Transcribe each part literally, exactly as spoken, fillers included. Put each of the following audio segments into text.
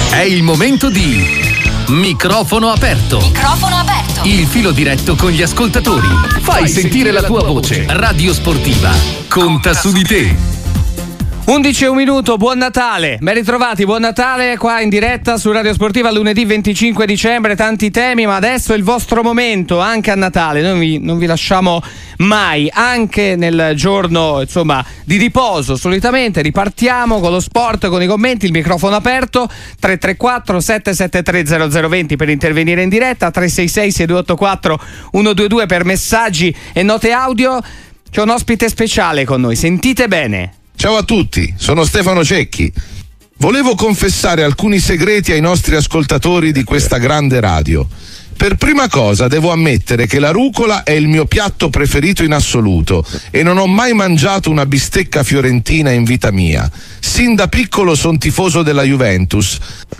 È il momento di Microfono aperto. Microfono aperto. Il filo diretto con gli ascoltatori. Fai sentire la tua voce. Radio Sportiva conta su di te. undici e un minuto, buon Natale, ben ritrovati, buon Natale qua in diretta su Radio Sportiva lunedì venticinque dicembre, tanti temi, ma adesso è il vostro momento anche a Natale, noi vi, non vi lasciamo mai, anche nel giorno insomma di riposo, solitamente ripartiamo con lo sport, con i commenti, il microfono aperto, tre tre quattro sette sette tre zero zero due zero per intervenire in diretta, tre sei sei sei due otto quattro uno due due per messaggi e note audio. C'è un ospite speciale con noi, sentite bene. Ciao a tutti, sono Stefano Cecchi. Volevo confessare alcuni segreti ai nostri ascoltatori di questa grande radio. Per prima cosa devo ammettere che la rucola è il mio piatto preferito in assoluto e non ho mai mangiato una bistecca fiorentina in vita mia. Sin da piccolo sono tifoso della Juventus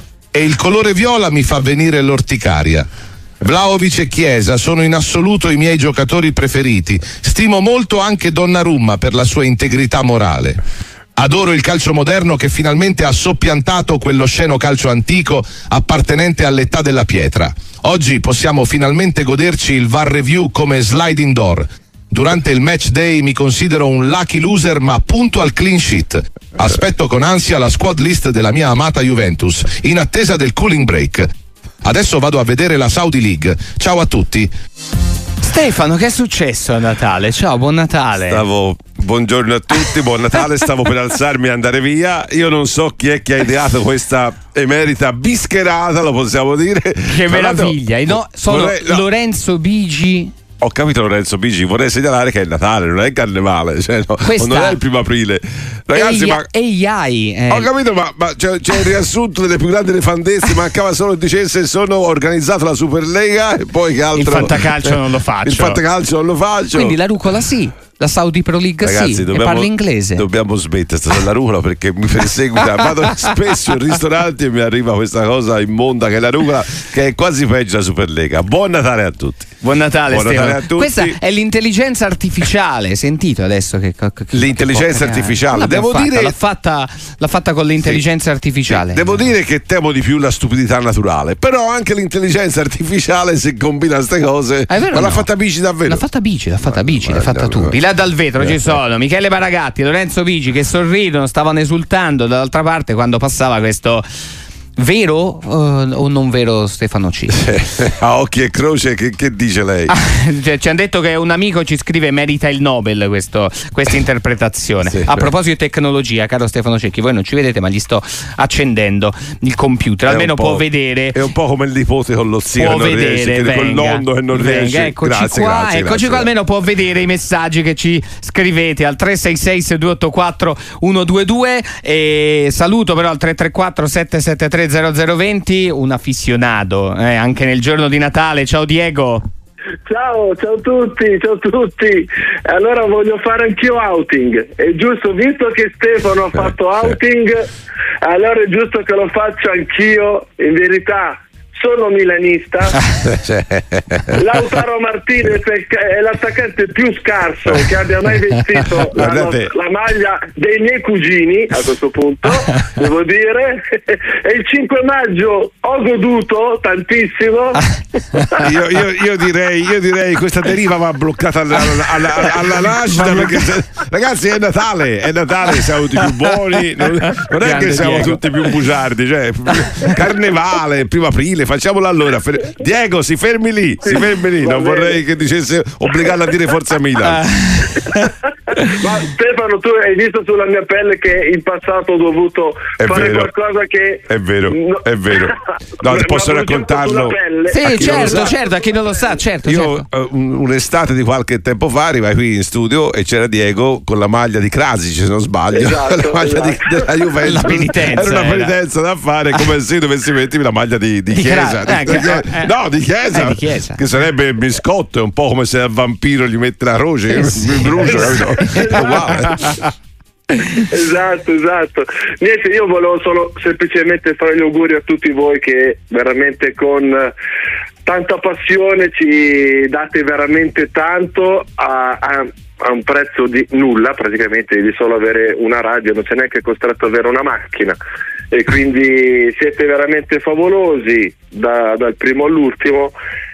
e il colore viola mi fa venire l'orticaria. Vlahovic e Chiesa sono in assoluto i miei giocatori preferiti. Stimo molto anche Donnarumma per la sua integrità morale. Adoro il calcio moderno che finalmente ha soppiantato quello sceno calcio antico appartenente all'età della pietra. Oggi possiamo finalmente goderci il V A R review come sliding door. Durante il match day mi considero un lucky loser ma punto al clean sheet. Aspetto con ansia la squad list della mia amata Juventus in attesa del cooling break. Adesso vado a vedere la Saudi League. Ciao a tutti. Stefano, che è successo a Natale? Ciao, buon Natale. Stavo, buongiorno a tutti, buon Natale. Stavo per alzarmi e andare via. Io non so chi è che ha ideato questa emerita bischerata, lo possiamo dire. Che meraviglia. No, sono vorrei, no. Lorenzo Bigi. Ho capito, Lorenzo Bigi, vorrei segnalare che è Natale, non è il Carnevale, cioè no, non è il primo aprile. Ragazzi, Eia, ma Eiai, eh. ho capito, ma, ma c'è, c'è il riassunto delle più grandi nefandezze, mancava solo dicesse sono organizzato la Superlega e poi che altro. Il fantacalcio non lo faccio. Il fantacalcio non lo faccio. Quindi la rucola sì. La Saudi Pro League. Ragazzi, sì, dobbiamo, e parli inglese. Dobbiamo smettere la rucola perché mi perseguita. Vado spesso in ristoranti e mi arriva questa cosa immonda che è la rucola, che è quasi peggio della Superlega. Buon Natale a tutti. Buon Natale, Buon Stefano. Natale a tutti. Questa è l'intelligenza artificiale. Sentito adesso che, che l'intelligenza che artificiale. Devo fatta, dire l'ha fatta, l'ha fatta con l'intelligenza sì, artificiale. Sì. Devo dire che temo di più la stupidità naturale. Però anche l'intelligenza artificiale, se combina queste cose. È vero, ma no? l'ha fatta Bici davvero. L'ha fatta Bici, l'ha fatta Bici, l'ha fatta tu. Di là dal vetro ci sono Sono Michele Baragatti, Lorenzo Bigi che sorridono, stavano esultando dall'altra parte quando passava questo vero uh, o non vero Stefano C? A occhi e croce, che, che dice lei? Ah, cioè, ci hanno detto che un amico ci scrive merita il Nobel questa interpretazione. Sì, a proposito di tecnologia, caro Stefano Cecchi, voi non ci vedete ma gli sto accendendo il computer, è almeno può vedere. È un po' come il nipote con lo zio, può che non vedere, riesce, venga, con il nonno che non venga, riesce. Eccoci grazie, qua, grazie, eccoci grazie, qua, grazie. almeno può vedere i messaggi che ci scrivete al tre sei sei sei due otto quattro uno due due e saluto però al tre tre quattro sette sette tre zero zero due zero un afficionato eh, anche nel giorno di Natale. Ciao Diego. Ciao, ciao a tutti, ciao a tutti. Allora voglio fare anch'io outing. È giusto, visto che Stefano ha fatto outing, allora è giusto che lo faccia anch'io. In verità sono milanista. Lautaro Martinez è l'attaccante più scarso che abbia mai vestito la, la maglia dei miei cugini, a questo punto devo dire. E il cinque maggio ho goduto tantissimo. io, io, io direi io direi questa deriva va bloccata alla, alla, alla, alla nascita, perché se, ragazzi è Natale è Natale, siamo tutti più buoni, non, non è che siamo Diego. Tutti più bugiardi, cioè Carnevale, primo aprile, facciamolo allora. Diego, si fermi lì, si fermi lì, non vorrei che dicesse obbligarla a dire Forza Milan. Ma Stefano, tu hai visto sulla mia pelle che in passato ho dovuto è fare vero. qualcosa che è vero, no. è vero. No, ti posso raccontarlo. Sì, certo, certo, a chi non lo sa, certo. Io certo. Uh, un'estate di qualche tempo fa arrivai qui in studio e c'era Diego con la maglia di Krasic, se non sbaglio, esatto, la maglia esatto. di, della Juventus. La penitenza, era una penitenza da fare, come se dovessi mettermi la maglia di, di, di Chiesa. Cra- di, eh, di, no, di Chiesa, eh, di Chiesa, che sarebbe il biscotto, è un po' come se al vampiro gli mette la croce, eh, sì. mi brucio, capito? Wow. Esatto, esatto. Niente, io volevo solo semplicemente fare gli auguri a tutti voi che veramente con tanta passione ci date veramente tanto a, a, a un prezzo di nulla, praticamente di solo avere una radio, non c'è neanche costretto ad avere una macchina. e quindi siete veramente favolosi da, dal primo all'ultimo.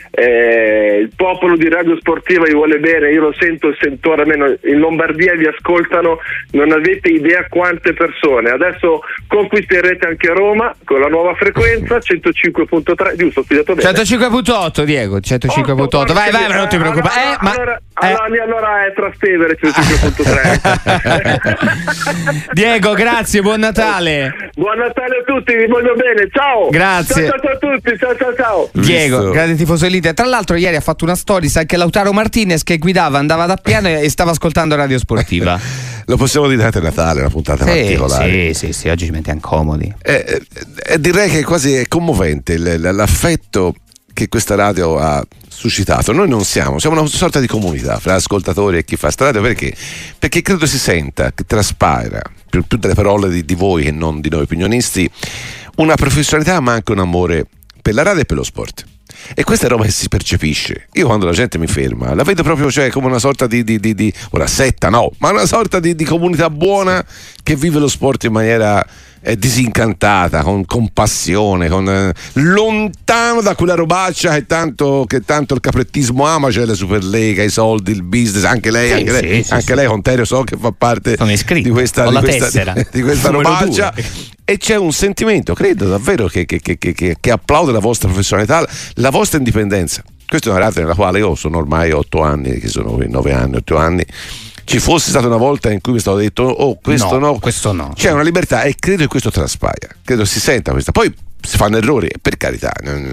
Eh, il popolo di Radio Sportiva vi vuole bene, io lo sento il sentore, almeno in Lombardia vi ascoltano, non avete idea quante persone. Adesso conquisterete anche Roma con la nuova frequenza centocinque virgola tre, giusto? Ho studiato bene. centocinque virgola otto Diego, centocinque virgola otto. Vai, vai, ma non ti preoccupare. Allora, eh, ma allora, eh. allora, allora è Trastevere centocinque virgola tre. Diego, grazie, buon Natale. Buon Natale a tutti, vi voglio bene, ciao. Grazie. Ciao, ciao, ciao a tutti, ciao ciao ciao. Diego, Visto. grande tifoso Elite. Tra l'altro ieri ha fatto una stories anche Lautaro Martinez che guidava, andava da piano e stava ascoltando Radio Sportiva. Lo possiamo dire a Natale, una puntata Sì, particolare. sì, sì, sì, oggi ci mettiamo comodi. Eh, eh, direi che quasi è commovente il- l'affetto che questa radio ha suscitato. Noi non siamo, siamo una sorta di comunità fra ascoltatori e chi fa sta radio, perché? Perché credo si senta, che traspara più, più delle parole di, di voi che non di noi opinionisti, una professionalità ma anche un amore per la radio e per lo sport. E questa è roba che si percepisce. Io quando la gente mi ferma la vedo proprio, cioè, come una sorta di, di, di, di ora setta no, ma una sorta di, di comunità buona che vive lo sport in maniera eh, disincantata, con, con passione, con, eh, lontano da quella robaccia che tanto, che tanto il caprettismo ama, cioè la Superlega, i soldi, il business. Anche lei, Sì, anche sì, lei, sì, anche sì. lei con Terio so che fa parte Sono iscritto, di questa, ho di la questa, tessera. di questa Numero robaccia. due. E c'è un sentimento, credo davvero, che, che, che, che, che applaude la vostra professionalità, la vostra indipendenza. Questa è una radio nella quale io sono ormai otto anni, che sono nove anni, otto anni. Ci fosse stata una volta in cui mi stavo detto oh questo No, no, questo no. c'è una libertà e credo che questo traspaia, credo si senta questa. Poi si fanno errori, per carità,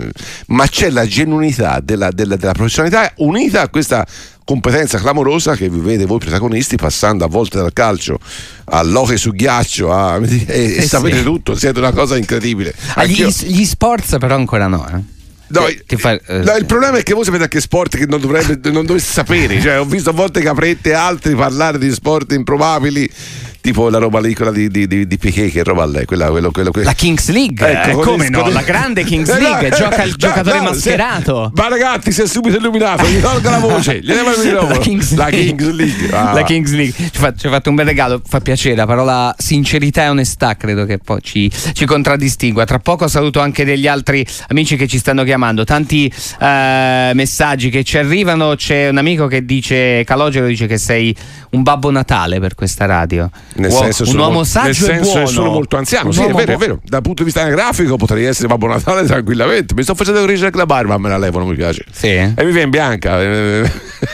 ma c'è la genuinità della, della, della professionalità unita a questa competenza clamorosa che vi vede voi protagonisti, passando a volte dal calcio all'hockey su ghiaccio a, e, e Eh sapete sì. tutto, siete una cosa incredibile. Ah, gli, Anch'io- gli sports però ancora no, eh. No, Che- che fa- eh, no, il problema è che voi sapete anche sport che non, dovrebbe, non dovreste sapere. Cioè, ho visto a volte Capretti e altri parlare di sport improbabili, tipo la roba lì, quella di, di, di, di Piquet, che roba lei, quella, quello, quello, quello. La Kings League, Ecco, eh, con come il- no? con il- La grande Kings Eh, League, no, gioca il no, giocatore no, mascherato. Se, ma ragazzi, si è subito illuminato, gli tolga la voce, gli diamo il microfono. La Kings La League. Kings League. Ah. La Kings League ci fa- ci ha fatto un bel regalo, fa piacere. La parola sincerità e onestà credo che poi ci, ci contraddistingua. Tra poco saluto anche degli altri amici che ci stanno chiamando, tanti eh, messaggi che ci arrivano. C'è un amico che dice, Calogero dice che sei un Babbo Natale per questa radio. Nel Uo- senso, un sono uomo molto- saggio nel e senso buono. che sono molto anziano. Un Sì, è uomo vero, è buo- vero. Dal punto di vista grafico potrei essere Babbo Natale tranquillamente. Mi sto facendo crescere la barba, me la levo, non mi piace. Sì. E mi viene bianca. Eh.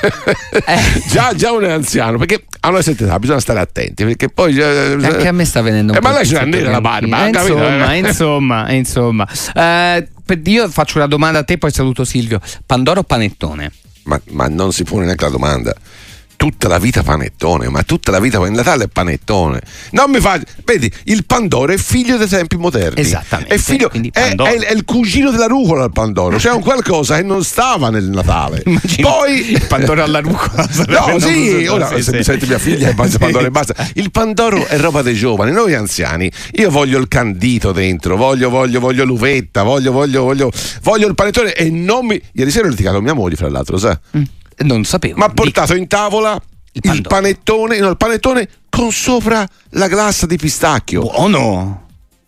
già, già un anziano, perché a una certa età bisogna stare attenti, perché poi eh, Anche a me sta venendo un eh, po' ma lei il ce l'ha pizzetto nera la barba, eh, capito? insomma, Eh. insomma, insomma. Eh, per- io faccio una domanda a te, poi saluto Silvio. Pandoro o panettone? ma, ma non si pone neanche la domanda. Tutta la vita panettone, ma tutta la vita il Natale è panettone. Non mi fa. Vedi, il Pandoro è figlio dei tempi moderni. Esattamente, È figlio. quindi È, Pandoro. è il- è il cugino della rucola il Pandoro. C'è un qualcosa che non stava nel Natale. Immagino Poi. il Pandoro alla rucola. No, sì, ora Sì, se sì. mi sente mia figlia e mangia Pandoro e basta. Il Pandoro è roba dei giovani, noi anziani. Io voglio il candito dentro, voglio, voglio, voglio l'uvetta, voglio, voglio, voglio, voglio il panettone e non mi. Ieri sera ho litigato con mia moglie, fra l'altro, sa? Mm, non sapevo. Mi ha portato in tavola il, pandoro. panettone, no, il panettone con sopra la glassa di pistacchio. Buono.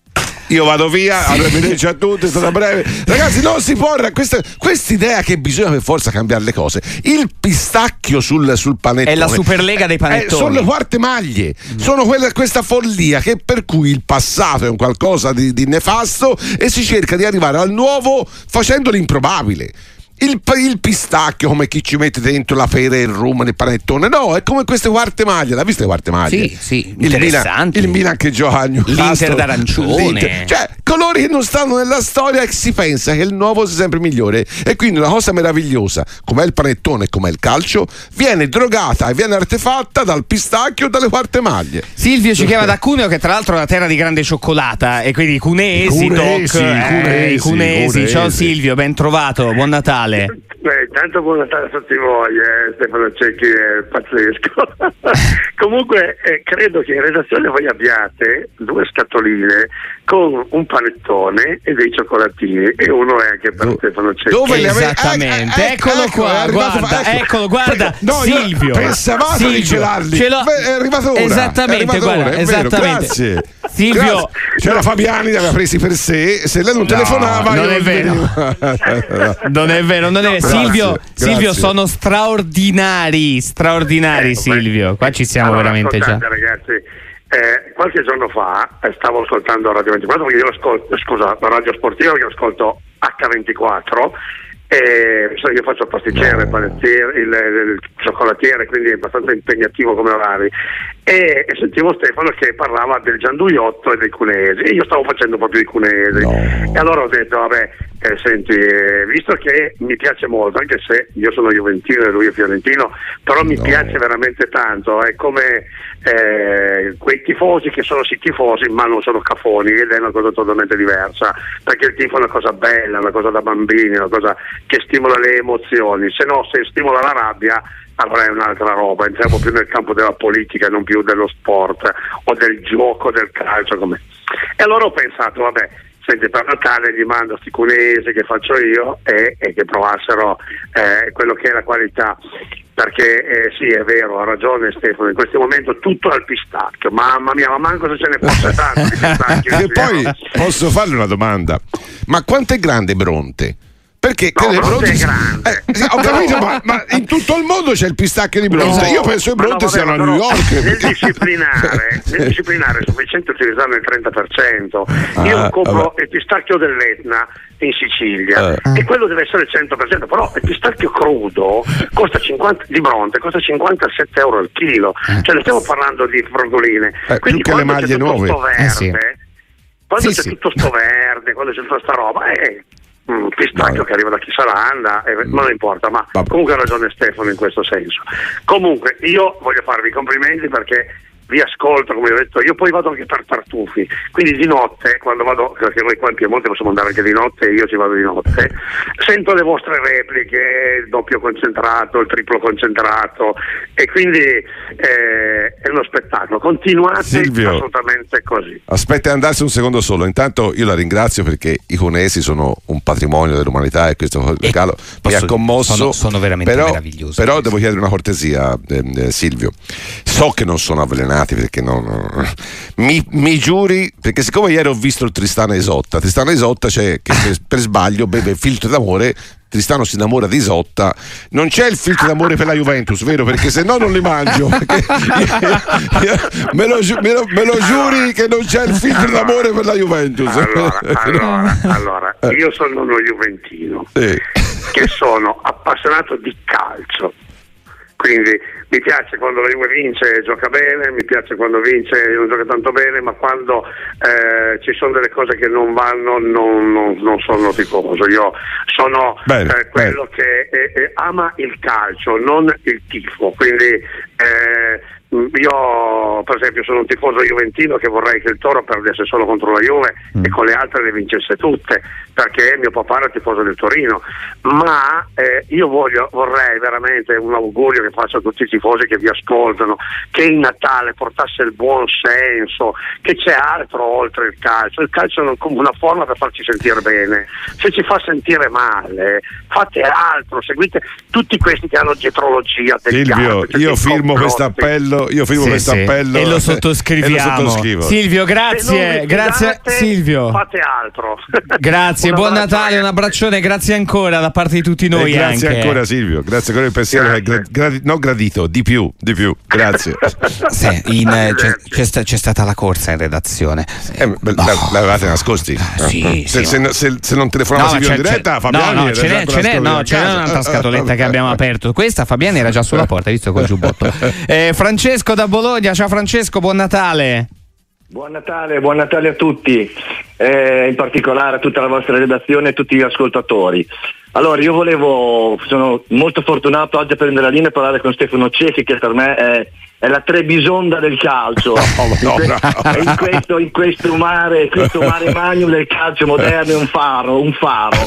Io vado via, arrivederci a tutti, è stata breve. Ragazzi, non si può. Questa idea che bisogna per forza cambiare le cose. Il pistacchio sul, sul panettone È la Superlega dei panettoni. Eh, sono le quarte maglie, sono quella, questa follia che per cui il passato è un qualcosa di, di nefasto e si cerca di arrivare al nuovo facendo l'improbabile. Il, il pistacchio, come chi ci mette dentro la pera e il rum nel panettone, no, è come queste quarte maglie. L'ha viste le quarte maglie? Sì, sì, il Milan, interessanti. il Milan che gioca a Newcastle, L'Inter d'arancione. l'Inter. Cioè, colori che non stanno nella storia e si pensa che il nuovo sia sempre migliore. E quindi una cosa meravigliosa, come è il panettone e come è il calcio, viene drogata e viene artefatta dal pistacchio e dalle quarte maglie. Silvio ci chiama da Cuneo, che tra l'altro è una terra di grande cioccolata, e quindi i cuneesi, I cuneesi, doc, i eh, cuneesi, i cuneesi. cuneesi. Ciao Silvio, ben trovato, buon Natale. Beh, tanto buon Natale a tutti voi, eh, Stefano Cecchi è pazzesco. Comunque eh, credo che in redazione voi abbiate due scatoline con un panettone e dei cioccolatini, e uno è anche per Do- Stefano Cecchi. dove li ave- Esattamente, eh, eh, eccolo ecco, qua, è arrivato- guarda, ecco. eccolo, guarda, No, io- Silvio. pensavate Silvio, di celarli. ce l'ho- Beh, è arrivato ora. Esattamente, è arrivato guarda, ora, è vero, esattamente. grazie. Silvio, c'era Fabiani, li aveva presi per sé. Se lei non no, telefonava, non io è vero. non è vero, non è vero. Grazie, Silvio, grazie. Silvio, sono straordinari, straordinari, Eh, Silvio. Qua ci siamo allora, veramente già. Ragazzi, eh, qualche giorno fa eh, stavo ascoltando Radio ventiquattro, perché io ascolto, scusa, la Radio Sportiva, che ascolto acca ventiquattro. Eh, io faccio il pasticcere, il panettiere, il, il cioccolatiere, quindi è abbastanza impegnativo come orari. E, e sentivo Stefano che parlava del gianduiotto e dei cunesi, e io stavo facendo proprio i cunesi. No. E allora ho detto, vabbè, eh, senti, eh, visto che mi piace molto, anche se io sono juventino e lui è fiorentino, però mi no. piace veramente tanto, è come eh, quei tifosi che sono sì tifosi ma non sono cafoni, ed è una cosa totalmente diversa, perché il tifo è una cosa bella, una cosa da bambini, una cosa che stimola le emozioni, se no, se stimola la rabbia allora è un'altra roba, entriamo più nel campo della politica, non più dello sport o del gioco del calcio. Come. E allora ho pensato, vabbè, senti, per Natale gli mando sti cunesi che faccio io e, e che provassero eh, quello che è la qualità, perché eh, sì, è vero, ha ragione Stefano, in questo momento tutto al pistacchio, mamma mia, ma manco se ce ne fosse tanto di pistacchio. E poi posso farle una domanda, ma quanto è grande Bronte? Perché no, che le Bronte è grande. Eh, sì, ho capito, ma, ma in tutto il mondo c'è il pistacchio di Bronte. No, io penso che Bronte no, siano a New York. Nel perché... disciplinare, nel disciplinare è sufficiente utilizzarne il trenta per cento. Io ah, compro vabbè. il pistacchio dell'Etna in Sicilia uh. e quello deve essere il cento per cento, però il pistacchio crudo costa cinquanta di Bronte, costa cinquantasette euro al chilo. Cioè ne stiamo parlando di frogoline. Eh, Quindi più che le maglie nuove. Verde, eh sì. Quando sì, c'è sì. tutto sto verde, quando c'è tutta sta roba, eh Mm, pistacchio no. che arriva da chi sarà anda, eh, mm. ma non importa, ma Vabbè. comunque ha ragione Stefano in questo senso. Comunque io voglio farvi i complimenti perché vi ascolto, come ho detto, io poi vado anche per tartufi, quindi di notte, quando vado, perché noi qua in Piemonte possiamo andare anche di notte e io ci vado di notte, sento le vostre repliche, il doppio concentrato, il triplo concentrato, e quindi eh, è uno spettacolo. Continuate Silvio, assolutamente così. Aspetta di andarsi un secondo solo, intanto io la ringrazio perché i cunesi sono un patrimonio dell'umanità e questo regalo mi ha commosso. Sono, sono veramente però, meravigliosi. Però devo chiedere una cortesia, eh, eh, Silvio, so che non sono avvelenati perché non, non mi, mi giuri, perché siccome ieri ho visto il Tristano Isotta Tristano Isotta c'è che per, per sbaglio beve filtro d'amore, Tristano si innamora di Isotta, non c'è il filtro d'amore per la Juventus, vero? Perché se no non li mangio, io, io, me, lo, me, lo, me lo giuri che non c'è il filtro allora, d'amore per la Juventus. Allora, allora, allora io sono uno juventino sì. che sono appassionato di calcio, quindi mi piace quando la Juve vince e gioca bene, mi piace quando vince e non gioca tanto bene, ma quando eh, ci sono delle cose che non vanno non, non, non sono tifoso. Io sono bene, eh, quello bene. che eh, eh, ama il calcio, non il tifo, quindi eh, io per esempio sono un tifoso juventino che vorrei che il Toro perdesse solo contro la Juve mm. e con le altre le vincesse tutte, perché mio papà era tifoso del Torino, ma eh, io voglio, vorrei veramente un augurio che faccio a tutti i tifosi che vi ascoltano, che il Natale portasse il buon senso, che c'è altro oltre il calcio. Il calcio è come una forma per farci sentire bene, se ci fa sentire male fate altro, seguite tutti questi che hanno dietrologia del Silvio, calcio, io firmo questo appello io firmo sì, questo sì. appello e lo sottoscriviamo. e lo sottoscrivo. Silvio, grazie, grazie Silvio. Fate altro. Grazie, buon Natale, un abbraccione, grazie ancora da parte di tutti noi. E grazie anche. ancora Silvio, grazie ancora il pensiero, gra- gra- non gradito, di più, di più, grazie. Sì, in, c'è, c'è, sta, c'è stata la corsa in redazione. Eh, oh. L'avevate nascosti? Ah, sì, se, sì. Se, se, se non telefonava no, Silvio in diretta, Fabiani no, no, ce n'è, ce n'è, no, ce n'è un'altra scatoletta che abbiamo aperto. Questa Fabiani era già sulla porta, visto col giubbotto. Eh, Francesco da Bologna, ciao Francesco, buon Natale. Buon Natale, buon Natale a tutti, eh, in particolare a tutta la vostra redazione e a tutti gli ascoltatori. Allora, io volevo, sono molto fortunato oggi a prendere la linea e parlare con Stefano Cecchi, che per me è, è la Trebisonda del calcio. No, no, in, que- in, questo, in questo mare, questo mare magnum del calcio moderno è un faro, un faro.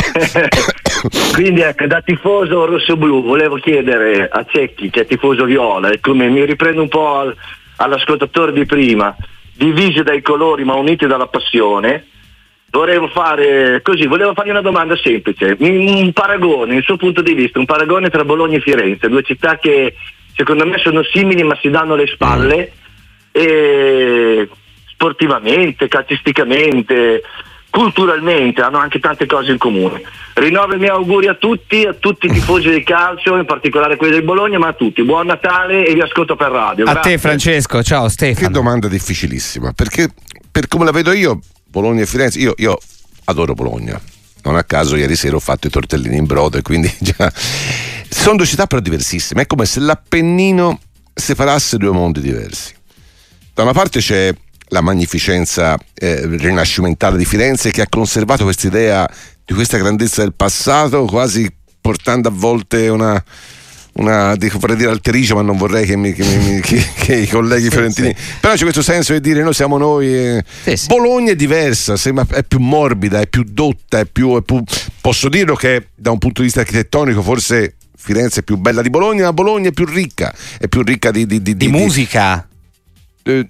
Quindi ecco, da tifoso rossoblu volevo chiedere a Cecchi, che è tifoso viola, e come mi riprendo un po' al, all'ascoltatore di prima, divisi dai colori ma uniti dalla passione, volevo fare così, volevo fargli una domanda semplice, un paragone, il suo punto di vista, un paragone tra Bologna e Firenze, due città che secondo me sono simili ma si danno le spalle, e sportivamente, calcisticamente, culturalmente, hanno anche tante cose in comune. Rinnovo i miei auguri a tutti, a tutti i tifosi di calcio, in particolare quelli del Bologna, ma a tutti. Buon Natale e vi ascolto per radio. A Grazie. te Francesco, ciao Stefano. Che domanda difficilissima, perché per come la vedo io, Bologna e Firenze, io, io adoro Bologna. Non a caso ieri sera ho fatto i tortellini in brodo e quindi già sono due città però diversissime. È come se l'Appennino separasse due mondi diversi. Da una parte c'è la magnificenza eh, rinascimentale di Firenze, che ha conservato questa idea di questa grandezza del passato, quasi portando a volte una, una dico, vorrei dire alterigia, ma non vorrei che, mi, che, mi, che, che i colleghi fiorentini, sì, sì. Però c'è questo senso di dire noi siamo noi. eh. sì, sì. Bologna è diversa, sembra, è più morbida, è più dotta, è più, è più, posso dirlo che da un punto di vista architettonico forse Firenze è più bella di Bologna, ma Bologna è più ricca, è più ricca di, di, di, di, di musica. Eh,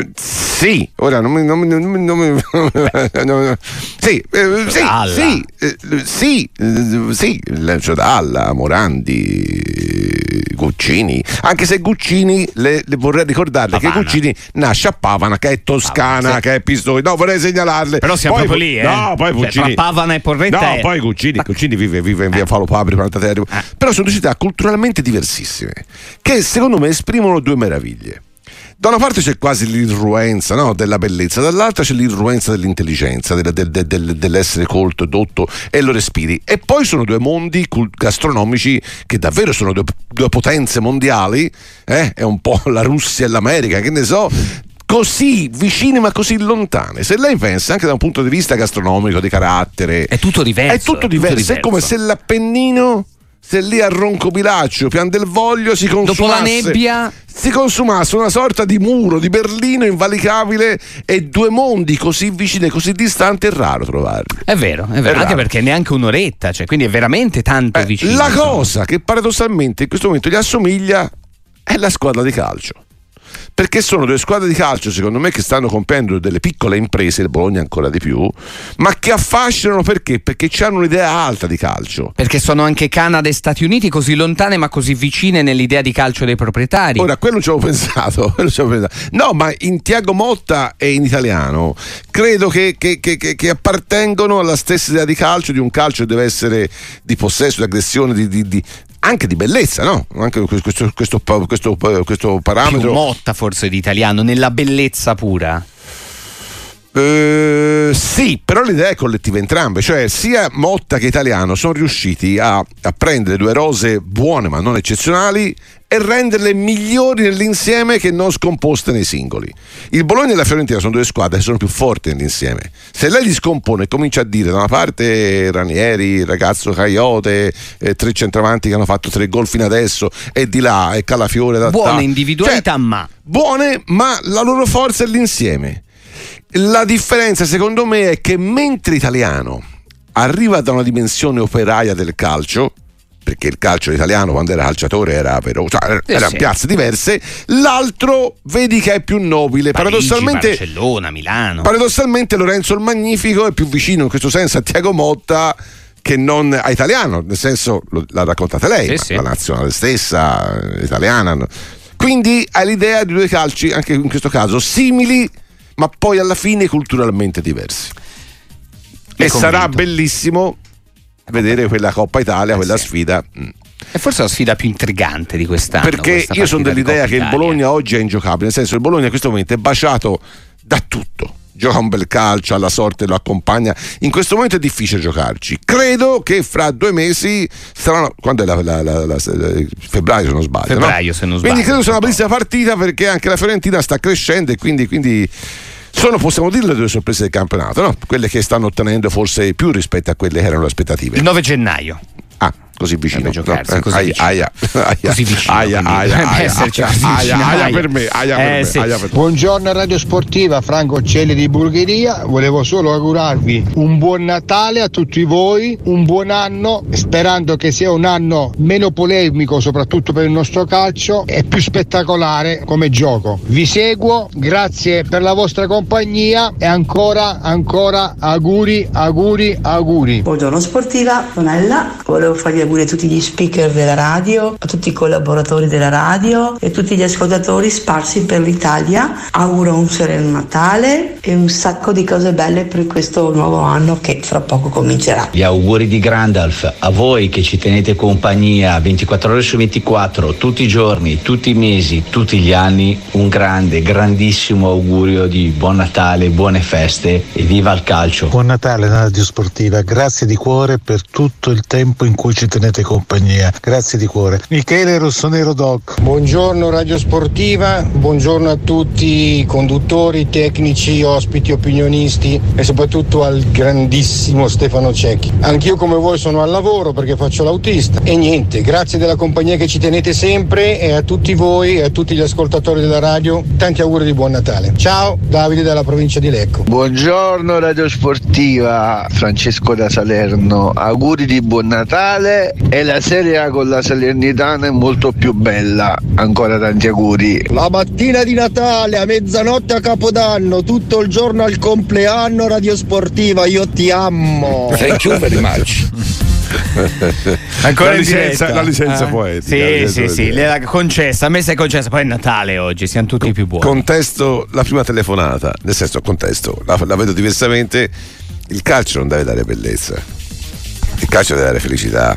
sì, ora non mi, non mi, non mi, non mi no, sì, eh, sì, sì, eh, sì, eh, sì, Ciodalla, Morandi, Guccini, anche se Guccini le, le vorrei ricordarle Pavana. Che Guccini nasce a Pavana, che è toscana, Pavana, sì. Che è Pistoia, no, vorrei segnalarle. Però siamo poi, proprio lì, eh. No, poi Guccini. Cioè, Pavana e Porretta. No, è... poi Guccini, Guccini vive, vive in via eh. Falo Papri, Plantaterio. Eh. Però sono due città culturalmente diversissime, che secondo me esprimono due meraviglie. Da una parte c'è quasi l'irruenza, no, della bellezza, dall'altra c'è l'irruenza dell'intelligenza, del, del, del, dell'essere colto, dotto, e lo respiri. E poi sono due mondi gastronomici che davvero sono due, due potenze mondiali, eh? È un po' la Russia e l'America, che ne so, così vicine ma così lontane. Se lei pensa anche da un punto di vista gastronomico, di carattere, è tutto diverso. È tutto diverso, è, tutto diverso. È come se l'Appennino, se lì a Roncobilaccio, Pian del Voglio, si consumasse, dopo la nebbia, si consumasse una sorta di muro di Berlino invalicabile, e due mondi così vicini e così distanti è raro trovarli. È vero, è vero, è anche raro. Perché neanche un'oretta, cioè, quindi è veramente tanto eh, vicino. La cosa che paradossalmente in questo momento gli assomiglia è la squadra di calcio. Perché sono due squadre di calcio, secondo me, che stanno compiendo delle piccole imprese, il Bologna ancora di più, ma che affascinano perché? Perché hanno un'idea alta di calcio. Perché sono anche Canada e Stati Uniti, così lontane ma così vicine nell'idea di calcio dei proprietari. Ora, quello ci avevo pensato, quello ci avevo pensato. No, ma in Tiago Motta e in italiano credo che, che, che, che appartengono alla stessa idea di calcio, di un calcio che deve essere di possesso, di aggressione, di, di, di anche di bellezza, no? Anche questo, questo, questo, questo parametro. Più Motta forse di italiano, nella bellezza pura. Uh, sì, però l'idea è collettiva entrambe, cioè sia Motta che Italiano sono riusciti a, a prendere due rose buone ma non eccezionali e renderle migliori nell'insieme che non scomposte nei singoli. Il Bologna e la Fiorentina sono due squadre che sono più forti nell'insieme. Se lei li scompone e comincia a dire da una parte Ranieri, il ragazzo Caiote, eh, tre centravanti che hanno fatto tre gol fino adesso, e di là e Calafiore da buone ta- individualità, cioè, ma buone, ma la loro forza è l'insieme. La differenza secondo me è che mentre Italiano arriva da una dimensione operaia del calcio, perché il calcio italiano quando era calciatore era però, cioè, eh erano sì. piazze diverse, l'altro vedi che è più nobile. Parigi, paradossalmente Barcellona, Milano. Paradossalmente Lorenzo il Magnifico è più vicino in questo senso a Tiago Motta che non a Italiano, nel senso l'ha raccontata lei, sì, sì. La nazionale stessa italiana, quindi hai l'idea di due calci anche in questo caso simili ma poi alla fine culturalmente diversi. E convinto. Sarà bellissimo vedere quella Coppa Italia, eh quella sì. sfida. È forse la sfida più intrigante di quest'anno. Perché io sono dell'idea che il Bologna oggi è ingiocabile, nel senso il Bologna in questo momento è baciato da tutto. Gioca un bel calcio, alla sorte lo accompagna. In questo momento è difficile giocarci. Credo che fra due mesi saranno. Quando è la, la, la, la, la febbraio, se non sbaglio. Febbraio, no? se non sbaglio. Quindi credo sia una bellissima partita, perché anche la Fiorentina sta crescendo e quindi. quindi sono, possiamo dire, le due sorprese del campionato, no? Quelle che stanno ottenendo forse più rispetto a quelle che erano le aspettative. Il nove gennaio. Ah, così vicino. Giocarsi, no, così, aia, vicino. Aia, aia, così vicino. Aia, aia, aia, aia, aia per me, aia per me, sì. aia per me. Buongiorno Radio Sportiva, Franco Celli di Bulgaria. Volevo solo augurarvi un buon Natale a tutti voi, un buon anno, sperando che sia un anno meno polemico, soprattutto per il nostro calcio, e più spettacolare come gioco. Vi seguo, grazie per la vostra compagnia e ancora, ancora auguri, auguri, auguri. Buongiorno Sportiva, Donella. Volevo farvi auguri a tutti gli speaker della radio, a tutti i collaboratori della radio e a tutti gli ascoltatori sparsi per l'Italia. Auguro un sereno Natale e un sacco di cose belle per questo nuovo anno che fra poco comincerà. Gli auguri di Grandalf a voi che ci tenete compagnia ventiquattro ore su ventiquattro, tutti i giorni, tutti i mesi, tutti gli anni. Un grande, grandissimo augurio di buon Natale, buone feste e viva il calcio. Buon Natale Radio Sportiva, grazie di cuore per tutto il tempo in cui ci tenete compagnia, grazie di cuore. Michele Rossonero Doc. Buongiorno Radio Sportiva, buongiorno a tutti i conduttori, tecnici, ospiti, opinionisti e soprattutto al grandissimo Stefano Cecchi. Anch'io come voi sono al lavoro perché faccio l'autista e niente, grazie della compagnia che ci tenete sempre e a tutti voi e a tutti gli ascoltatori della radio tanti auguri di buon Natale. Ciao, Davide dalla provincia di Lecco. Buongiorno Radio Sportiva, Francesco da Salerno, auguri di buon Natale e la Serie A con la Salernitana è molto più bella, ancora tanti auguri. La mattina di Natale, a mezzanotte a Capodanno, tutto il giorno al compleanno Radio Sportiva, io ti amo. Thank you very much. Ancora la in licenza, diretta. la licenza eh? poetica. Sì, la licenza sì, sì, poetica. le ha concessa, a me si è concessa, poi è Natale oggi, siamo tutti più buoni. Contesto la prima telefonata, nel senso contesto, la, la vedo diversamente. Il calcio non deve dare bellezza, il calcio deve dare felicità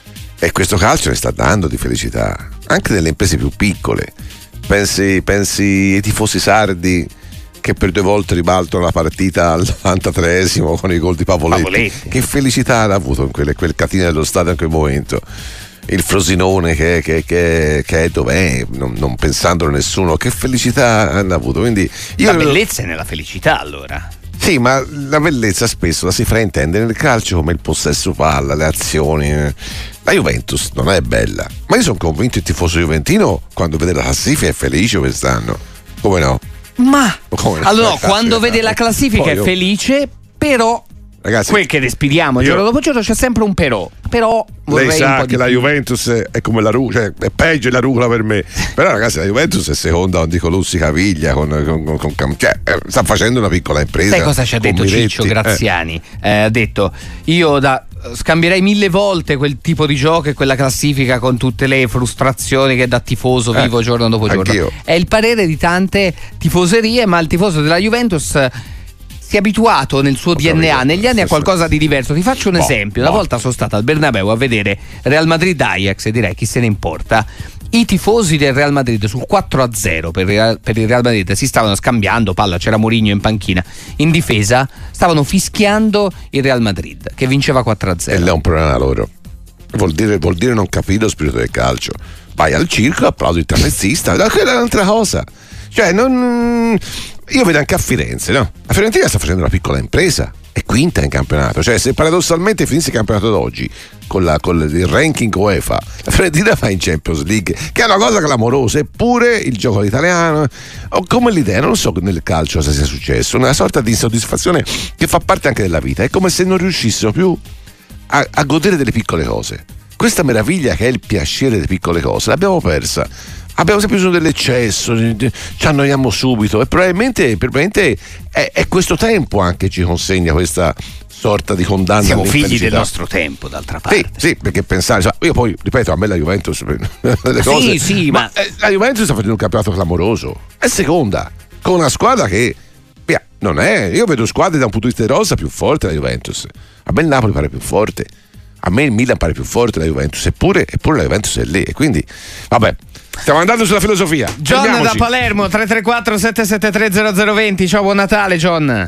e questo calcio ne sta dando di felicità anche nelle imprese più piccole. Pensi, pensi ai tifosi sardi che per due volte ribaltano la partita al novantatreesimo con i gol di Pavoletti. Pavoletti. Che felicità hanno avuto in quelle, quel catino dello stadio in quel momento. Il Frosinone che, che, che, che è dov'è, non, non pensandolo nessuno, che felicità hanno avuto. Quindi io la bellezza è nella felicità, allora. Sì, ma la bellezza spesso la si fraintende nel calcio come il possesso palla, le azioni. La Juventus non è bella, ma io sono convinto il tifoso juventino quando vede la classifica è felice quest'anno. Come no? Ma Come no? allora no, quando vede la classifica Poi è io... felice, però Ragazzi, quel che respiriamo io... giorno dopo giorno c'è sempre un però. Però vorrei lei sa un po' che di la più. Juventus è come la rucola, cioè è peggio la rucola per me. Però ragazzi, la Juventus è seconda, non dico Lussi Caviglia con, con, con, con cioè, sta facendo una piccola impresa. Sai cosa ci ha detto Miretti? Ciccio Graziani? Eh. Eh, ha detto: io da scambierei mille volte quel tipo di gioco e quella classifica con tutte le frustrazioni che da tifoso vivo eh, giorno dopo giorno. Anch'io. È il parere di tante tifoserie, ma il tifoso della Juventus si è abituato nel suo Ho D N A capito. negli anni a qualcosa di diverso. Ti faccio un boh, esempio: boh. una volta sono stato al Bernabeu a vedere Real Madrid-Ajax e direi chi se ne importa. I tifosi del Real Madrid sul quattro a zero per il Real Madrid si stavano scambiando palla, c'era Mourinho in panchina, in difesa stavano fischiando il Real Madrid che vinceva quattro a zero. E là è un problema loro, vuol dire, vuol dire non capire lo spirito del calcio. Vai al circo, applaudi il trapezista, quella è un'altra cosa. Cioè non... Io vedo anche a Firenze, no? La Fiorentina sta facendo una piccola impresa, è quinta in campionato. Cioè, se paradossalmente finisse il campionato d'oggi con, la, con il ranking UEFA, la Fiorentina va in Champions League, che è una cosa clamorosa. Eppure il gioco all'italiano, ho come l'idea, non so nel calcio cosa sia successo, una sorta di insoddisfazione che fa parte anche della vita. È come se non riuscissero più a, a godere delle piccole cose. Questa meraviglia che è il piacere delle piccole cose l'abbiamo persa. Abbiamo sempre bisogno dell'eccesso, ci annoiamo subito e probabilmente, probabilmente è, è questo tempo anche ci consegna questa sorta di condanna. Siamo figli del nostro tempo, d'altra parte. Sì, sì, perché pensare, io poi ripeto, a me la Juventus delle cose, sì, sì, ma, ma la Juventus sta facendo un campionato clamoroso, è seconda, con una squadra che via, non è, io vedo squadre da un punto di vista rosa più forte la Juventus, a me il Napoli pare più forte, a me il Milan pare più forte la Juventus, eppure, eppure la Juventus è lì e quindi vabbè. Stiamo andando sulla filosofia. John Fermiamoci. da Palermo, tre tre quattro sette sette tre zero zero due zero. Ciao, buon Natale John.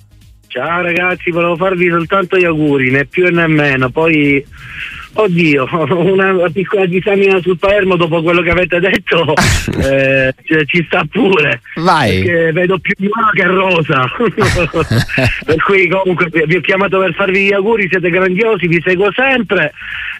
Ciao ragazzi, volevo farvi soltanto gli auguri, né più né meno. Poi, oddio, una piccola disamina sul Palermo dopo quello che avete detto eh, ci sta pure. Vai. Perché vedo più buono che rosa. Per cui comunque vi ho chiamato per farvi gli auguri, siete grandiosi, vi seguo sempre.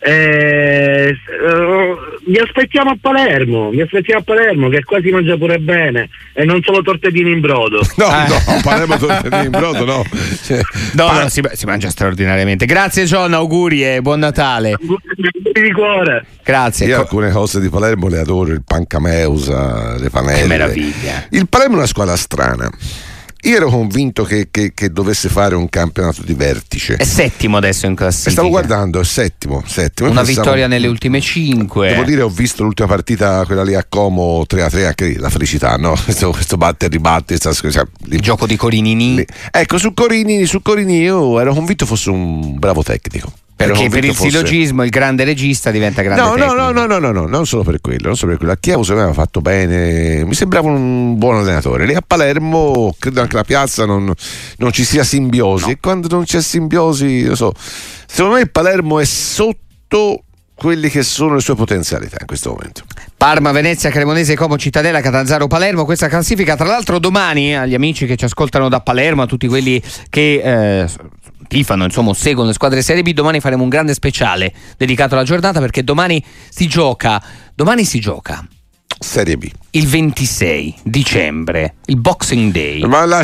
Eh, vi aspettiamo a Palermo, vi aspettiamo a Palermo che qua si mangia pure bene e non solo tortellini in brodo. No, no, Palermo tortellini in brodo no. Cioè, no, pa- no si, si mangia straordinariamente. Grazie John, auguri e buon Natale. Di cuore. Grazie. Io alcune cose di Palermo le adoro, il pancameusa, le panelle. Che meraviglia. Il Palermo è una squadra strana. io ero convinto che, che, che dovesse fare un campionato di vertice. È settimo adesso in classifica. Stavo guardando, è settimo, settimo. Una Pensavo, vittoria nelle ultime cinque. Devo dire, ho visto l'ultima partita, quella lì a Como tre a tre, anche lì la felicità, no? Questo, questo batte e ribatte, il gioco di Corinini. Lì. Ecco, su Corinini, su Corinini io ero convinto fosse un bravo tecnico. Perché per il fosse... sillogismo il grande regista diventa grande no, tecnico. No, no, no, no, no, non solo per quello, non solo per quello. A Chievo secondo me aveva fatto bene, mi sembrava un buon allenatore. Lì a Palermo credo anche la piazza non, non ci sia simbiosi, no. E quando non c'è simbiosi, lo so, secondo me il Palermo è sotto quelli che sono le sue potenzialità in questo momento. Parma, Venezia, Cremonese, Como, Cittadella, Catanzaro, Palermo, questa classifica. Tra l'altro domani agli amici che ci ascoltano da Palermo, a tutti quelli che eh, tifano, insomma, seguono le squadre Serie B, domani faremo un grande speciale dedicato alla giornata, perché domani si gioca, domani si gioca Serie B. Il ventisei dicembre, il Boxing Day. Ma la,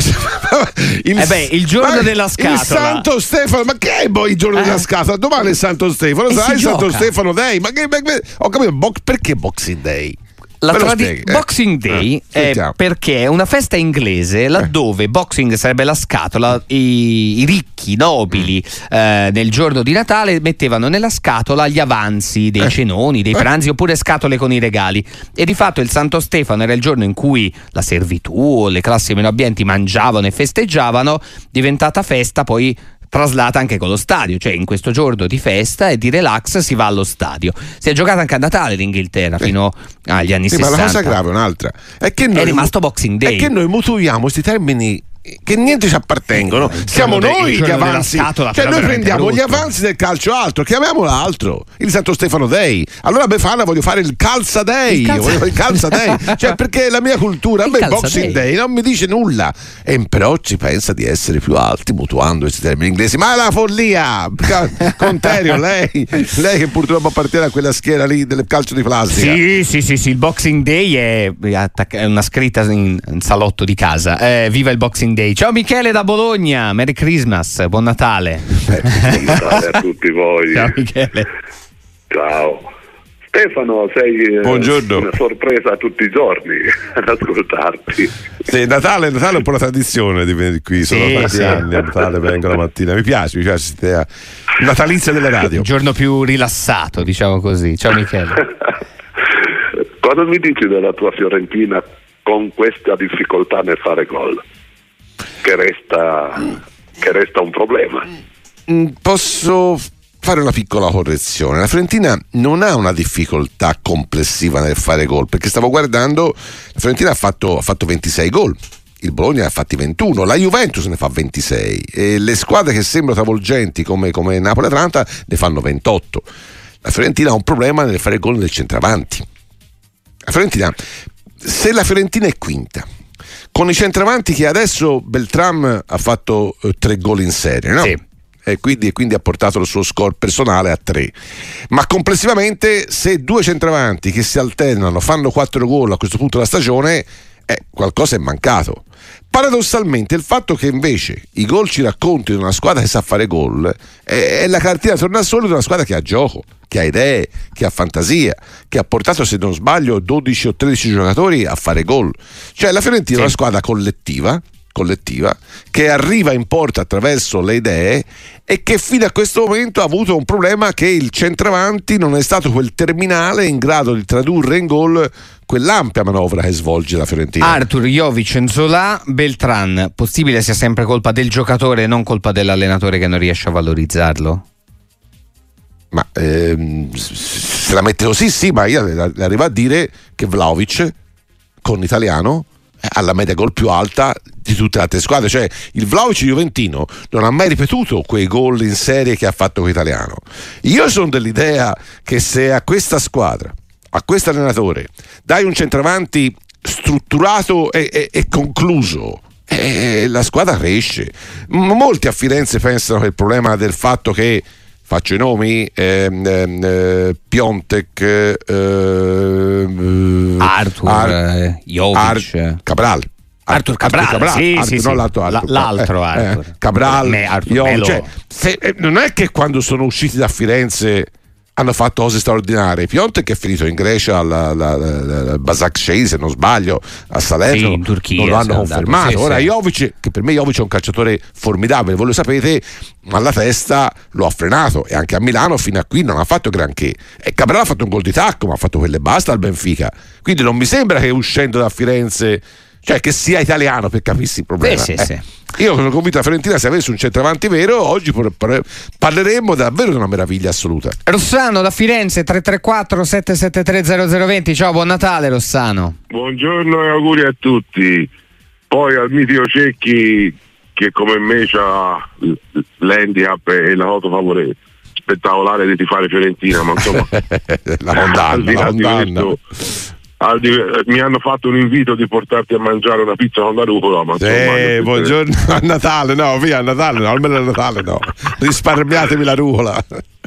il, eh beh, il giorno della scatola. Il Santo Stefano, ma che è poi il giorno eh? della scatola? Domani è Santo Stefano, sai il Santo Stefano Day? Ma che, ho capito, bo- perché Boxing Day? La tradi- Boxing Day eh, è perché è una festa inglese laddove eh. boxing sarebbe la scatola, i, i ricchi, i nobili mm. eh, nel giorno di Natale mettevano nella scatola gli avanzi dei eh. cenoni, dei pranzi eh. oppure scatole con i regali, e di fatto il Santo Stefano era il giorno in cui la servitù o le classi meno abbienti mangiavano e festeggiavano, diventata festa poi traslata anche con lo stadio, cioè in questo giorno di festa e di relax si va allo stadio. Si è giocata anche a Natale l'Inghilterra fino agli anni sì, sessanta. Ma la cosa grave è un'altra, è che noi, è rimasto Boxing Day, è che noi mutuiamo questi termini che niente ci appartengono, eh, siamo noi gli avanzi, scatola, cioè noi prendiamo brutto. Gli avanzi del calcio altro, chiamiamolo altro, il Santo Stefano Day. Allora a Befana voglio fare il Calza Day, il calza, voglio fare il calza day. Cioè perché la mia cultura, a me il Boxing day. Day non mi dice nulla, e però ci pensa di essere più alti mutuando questi termini inglesi, ma è la follia. Conterio, lei, lei che purtroppo appartiene a quella schiera lì del calcio di plastica. Sì, sì, sì, sì, il Boxing Day è, è una scritta in, in salotto di casa. Eh, viva il Boxing Day. Ciao Michele da Bologna, Merry Christmas, buon Natale. Buon Natale a tutti voi. Ciao Michele. Ciao. Stefano, sei Buongiorno. Una sorpresa tutti i giorni ad ascoltarti. Sì, Natale, Natale è un po' la tradizione di venire qui, sono sì, tanti sì. anni, a Natale vengo la mattina, mi piace, mi piace l'idea natalizia delle radio. Il giorno più rilassato, diciamo così. Ciao Michele. Cosa mi dici della tua Fiorentina con questa difficoltà nel fare gol? Che resta, che resta un problema. Posso fare una piccola correzione. La Fiorentina non ha una difficoltà complessiva nel fare gol, perché stavo guardando, la Fiorentina ha fatto, ha fatto ventisei gol, il Bologna ne ha fatti ventuno, la Juventus ne fa ventisei e le squadre che sembrano travolgenti come, come Napoli e Atalanta ne fanno ventotto. La Fiorentina ha un problema nel fare gol nel centravanti. La Fiorentina, se la Fiorentina è quinta con i centravanti, che adesso Beltram ha fatto eh, tre gol in serie, no? Sì. E quindi, e quindi ha portato il suo score personale a tre, ma complessivamente se due centravanti che si alternano fanno quattro gol a questo punto della stagione, eh, qualcosa è mancato. Paradossalmente il fatto che invece i gol ci raccontino una squadra che sa fare gol è, è la cartina tornasole di una squadra che ha gioco, che ha idee, che ha fantasia, che ha portato, se non sbaglio, dodici o tredici giocatori a fare gol. Cioè la Fiorentina sì. è una squadra collettiva collettiva che arriva in porta attraverso le idee e che fino a questo momento ha avuto un problema, che il centravanti non è stato quel terminale in grado di tradurre in gol quell'ampia manovra che svolge la Fiorentina. Arthur, Jovic, Nzola, Beltran, possibile sia sempre colpa del giocatore e non colpa dell'allenatore che non riesce a valorizzarlo? Ma ehm, se la mette così sì, ma io le arrivo a dire che Vlahovic con Italiano ha la media gol più alta di tutte le altre squadre, cioè il Vlahovic juventino non ha mai ripetuto quei gol in serie che ha fatto con Italiano. Io sono dell'idea che se a questa squadra, a questo allenatore, dai un centravanti strutturato e, e, e concluso, e la squadra cresce. Molti a Firenze pensano che il problema del fatto che, faccio i nomi, ehm, ehm, Piontek, ehm, Arthur, Ar- Jovic, Ar- Cabral. Arthur Cabral, Arthur Cabral, sì, Arthur, sì, non sì. l'altro Arthur, l'altro eh, Arthur. Eh, Cabral, Me, Arthur io, Melo. cioè, se, eh, non è che quando sono usciti da Firenze hanno fatto cose straordinarie. Piontek è finito in Grecia alla, alla, alla, alla Başakşehir, se non sbaglio, a Salerno, sì, in Turchia, non lo hanno confermato. Sì, Ora sì. Jovic, che per me Jovic è un calciatore formidabile, voi lo sapete, ma la testa lo ha frenato, e anche a Milano fino a qui non ha fatto granché. E Cabral ha fatto un gol di tacco, ma ha fatto quelle basta al Benfica. Quindi non mi sembra che uscendo da Firenze, cioè che sia italiano, per capirsi il problema. Sì, sì, eh. sì. Io sono convinto che la Fiorentina, se avesse un centravanti vero, oggi parleremmo davvero di una meraviglia assoluta. Rossano da Firenze, tre tre quattro sette sette tre zero zero due zero. Ciao, buon Natale Rossano. Buongiorno e auguri a tutti. Poi al mitico Cecchi, che come me c'ha l'handicap e la foto favorevole spettacolare di tifare Fiorentina, ma insomma la condanna, la condanna. Al di, mi hanno fatto un invito di portarti a mangiare una pizza con la rucola, ma sì, buongiorno a Natale, no, via a Natale, no, almeno a Natale no, risparmiatemi la rucola.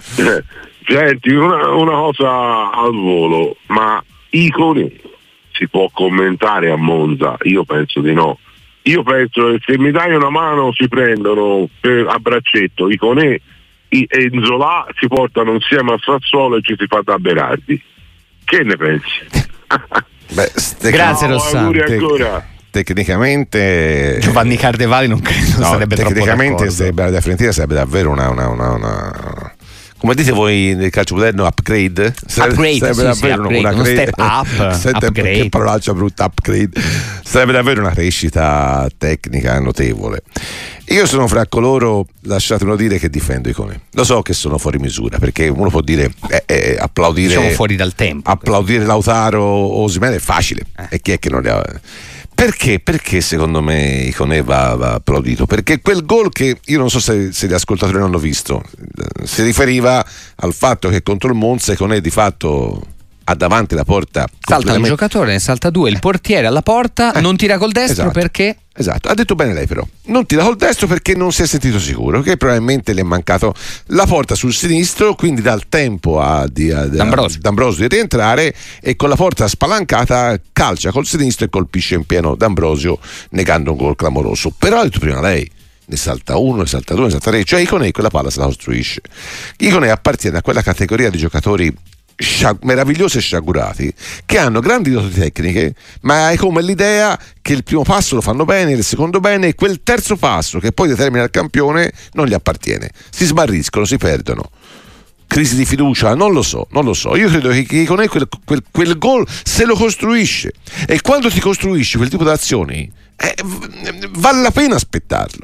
Senti, una, una cosa al volo, ma Icone si può commentare a Monza? Io penso di no. Io penso che se mi dai una mano si prendono per, a braccetto Icone e Nzola, si portano insieme a Sassuolo e ci si fa da Berardi. Che ne pensi? Beh, grazie no, Rossano. Ancora. Tecnicamente Giovanni Cardevali non credo no, sarebbe tecnicamente troppo sarebbe, la Fiorentina sarebbe davvero una, una, una, una come dite voi nel calcio moderno, upgrade? Upgrade, sarebbe sì, davvero sì, upgrade, una uno cre- step up, Sente, upgrade. Che parolaccia brutta, upgrade. Sarebbe davvero una crescita tecnica notevole. Io sono fra coloro, lasciatemelo dire, che difendo Icone. Lo so che sono fuori misura, perché uno può dire eh, eh, applaudire, diciamo fuori dal tempo, applaudire Lautaro o Osimhen è facile, eh. E chi è che non le ha? Perché? Perché secondo me Icone va, va applaudito? Perché quel gol che io non so se, se gli ascoltatori non hanno visto, si riferiva al fatto che contro il Monza Icone di fatto ha davanti la porta, salta il giocatore, ne salta due, il portiere alla porta, eh, non tira col destro, esatto, perché? Esatto, ha detto bene lei però, non tira col destro perché non si è sentito sicuro, che probabilmente le è mancato la porta sul sinistro, quindi dà il tempo a, di, a, D'Ambrosio. a D'Ambrosio di rientrare, e con la porta spalancata calcia col sinistro e colpisce in pieno D'Ambrosio, negando un gol clamoroso. Però ha detto prima lei, ne salta uno, ne salta due, ne salta tre, cioè Icone quella palla se la costruisce. Icone appartiene a quella categoria di giocatori meravigliosi e sciagurati che hanno grandi doti tecniche, ma hai come l'idea che il primo passo lo fanno bene, il secondo bene, e quel terzo passo che poi determina il campione non gli appartiene, si smarriscono, si perdono. Crisi di fiducia, non lo so, non lo so. Io credo che con quel, quel, quel gol se lo costruisce, e quando ti costruisci quel tipo di azioni eh, vale la pena aspettarlo.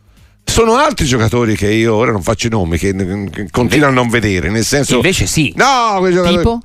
Sono altri giocatori che io ora non faccio i nomi, che, che continuo a non vedere, nel senso, invece sì. No, quei giocatori tipo?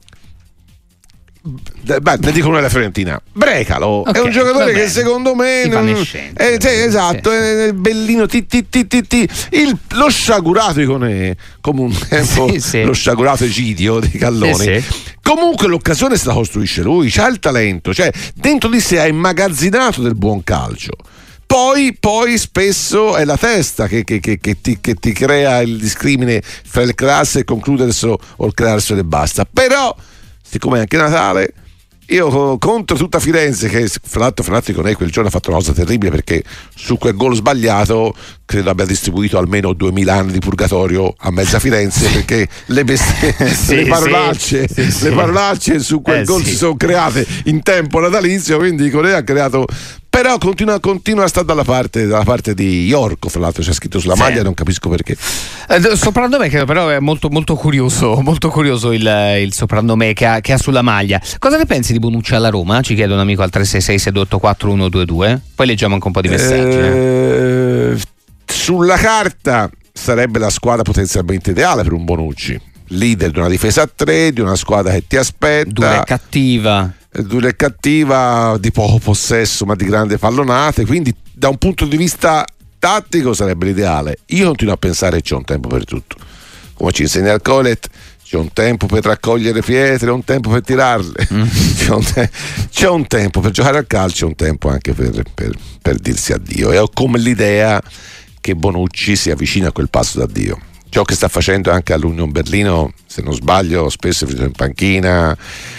Beh, ne dico uno della Fiorentina, Brecalo, okay, è un giocatore che secondo me non, è, cioè, esatto, sì, è bellino, ti, ti, ti, ti, ti. Il, lo sciagurato Icone, come un tempo sì, sì. Lo sciagurato Egidio di Calloni, sì, sì. Comunque l'occasione se la costruisce lui, c'ha il talento, cioè dentro di sé ha immagazzinato del buon calcio. Poi, poi spesso è la testa che, che, che, che, ti, che ti crea il discrimine fra il crearsi e concluderselo o il crearselo e basta. Però siccome è anche Natale, io contro tutta Firenze, che fra l'altro Fernando Icone quel giorno ha fatto una cosa terribile, perché su quel gol sbagliato credo abbia distribuito almeno duemila anni di purgatorio a mezza Firenze, perché le bestie, sì, le parolacce sì, sì, sì. le parolacce su quel eh, gol sì. si sono create in tempo natalizio, quindi Icone ha creato. Però continua, continua a stare dalla parte, dalla parte di Iorco, fra l'altro c'è scritto sulla sì. maglia, non capisco perché. Eh, soprannome che però è molto, molto curioso, molto curioso il, il soprannome che ha, che ha sulla maglia. Cosa ne pensi di Bonucci alla Roma? Ci chiede un amico al tre sei sei sei due otto quattro uno due due. Poi leggiamo anche un po' di messaggi. Eh, eh. Sulla carta sarebbe la squadra potenzialmente ideale per un Bonucci, leader di una difesa a tre, di una squadra che ti aspetta, dura e cattiva. dura e cattiva, di poco possesso ma di grande pallonate, quindi da un punto di vista tattico sarebbe l'ideale. Io continuo a pensare che c'è un tempo per tutto, come ci insegna il Colet, c'è un tempo per raccogliere pietre, un tempo per tirarle, mm. c'è, un te- c'è un tempo per giocare al calcio, un tempo anche per, per, per dirsi addio, e ho come l'idea che Bonucci si avvicina a quel passo d'addio. Ciò che sta facendo anche all'Union Berlino, se non sbaglio, spesso è finito in panchina.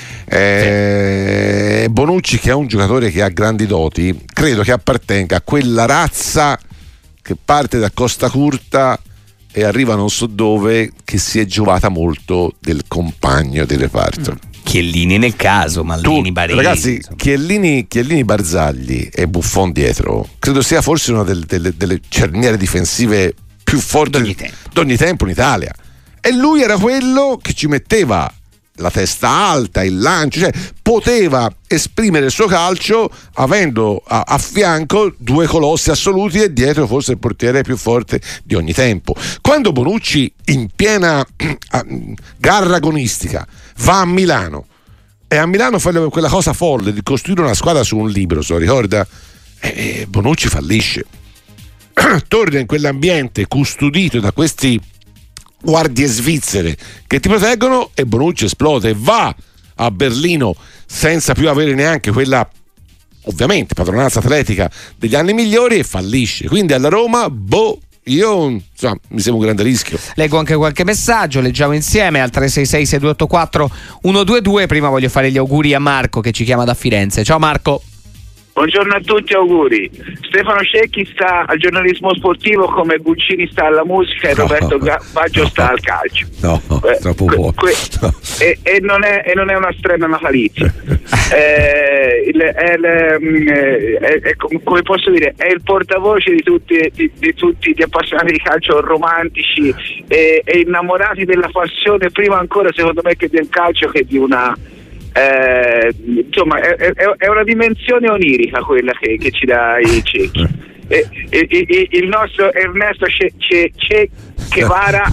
Eh, sì. Bonucci, che è un giocatore che ha grandi doti, credo che appartenga a quella razza che parte da Costa Curta, e arriva non so dove che si è giovata molto del compagno di reparto. Mm. Chiellini nel caso, Maldini, Baresi. Ragazzi, Chiellini, Chiellini, Barzagli e Buffon dietro credo sia forse una delle, delle, delle cerniere difensive più forti d'ogni tempo. d'ogni tempo in Italia. E lui era quello che ci metteva la testa alta, il lancio, cioè poteva esprimere il suo calcio avendo a, a fianco due colossi assoluti e dietro forse il portiere più forte di ogni tempo. Quando Bonucci in piena garra agonistica va a Milano e a Milano fa quella cosa folle di costruire una squadra su un libro, se lo ricorda, e Bonucci fallisce. Torna in quell'ambiente custodito da questi guardie svizzere che ti proteggono e Bonucci esplode e va a Berlino senza più avere neanche quella, ovviamente, padronanza atletica degli anni migliori e fallisce. Quindi alla Roma, boh, io insomma, mi sembra un grande rischio. Leggo anche qualche messaggio, leggiamo insieme al tre sei sei sei due otto quattro uno due due. Prima voglio fare gli auguri a Marco che ci chiama da Firenze. Ciao Marco. Buongiorno a tutti, auguri. Stefano Cecchi sta al giornalismo sportivo come Guccini sta alla musica e Roberto no, Baggio no, sta al calcio. No, eh, troppo poco. Que, no. e, e, non è, e non è una strena natalizia. eh, il, è, è, è, è, come posso dire, è il portavoce di tutti, di, di tutti gli appassionati di calcio romantici e, e innamorati della passione, prima ancora secondo me che del calcio che di una... Eh, insomma è, è, è una dimensione onirica quella che, che ci dà i Cecchi. E, e, e, il nostro Ernesto Che Ce, Ce, Guevara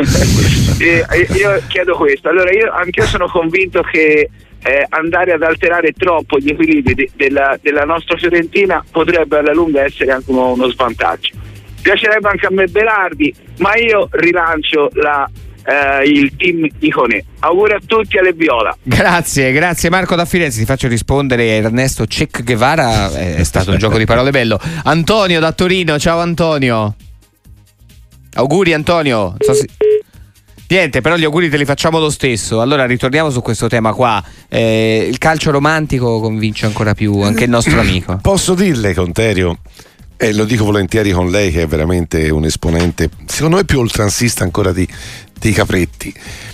e, e io chiedo questo. Allora io anch'io sono convinto che eh, andare ad alterare troppo gli equilibri de, della, della nostra Fiorentina potrebbe alla lunga essere anche uno, uno svantaggio. Piacerebbe anche a me Berardi, ma io rilancio la Uh, il team Iconè. Auguri a tutti alle Viola. Grazie, grazie Marco da Firenze. Ti faccio rispondere Ernesto Che Guevara, è stato un gioco di parole bello. Antonio da Torino, ciao Antonio. Auguri Antonio. So se... Niente, però gli auguri te li facciamo lo stesso. Allora ritorniamo su questo tema qua. Eh, il calcio romantico convince ancora più anche il nostro amico. Posso dirle, Conterio, e lo dico volentieri con lei che è veramente un esponente, secondo me più oltranzista ancora di di Capretti,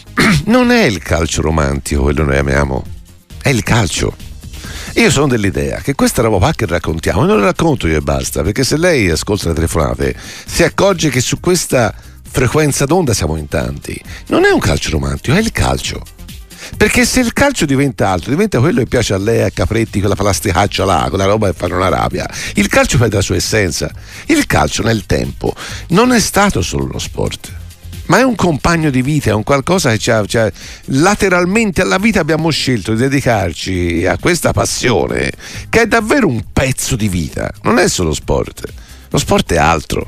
non è il calcio romantico quello che noi amiamo, è il calcio. Io sono dell'idea che questa roba qua che raccontiamo non la racconto io e basta, perché se lei ascolta le telefonate si accorge che su questa frequenza d'onda siamo in tanti. Non è un calcio romantico, è il calcio. Perché se il calcio diventa altro, diventa quello che piace a lei, a Capretti, quella plasticaccia là, quella roba che fanno una rabbia, il calcio perde la sua essenza. Il calcio nel tempo non è stato solo uno sport, ma è un compagno di vita, è un qualcosa che ci ha, ci ha, lateralmente alla vita abbiamo scelto di dedicarci a questa passione che è davvero un pezzo di vita, non è solo sport, lo sport è altro.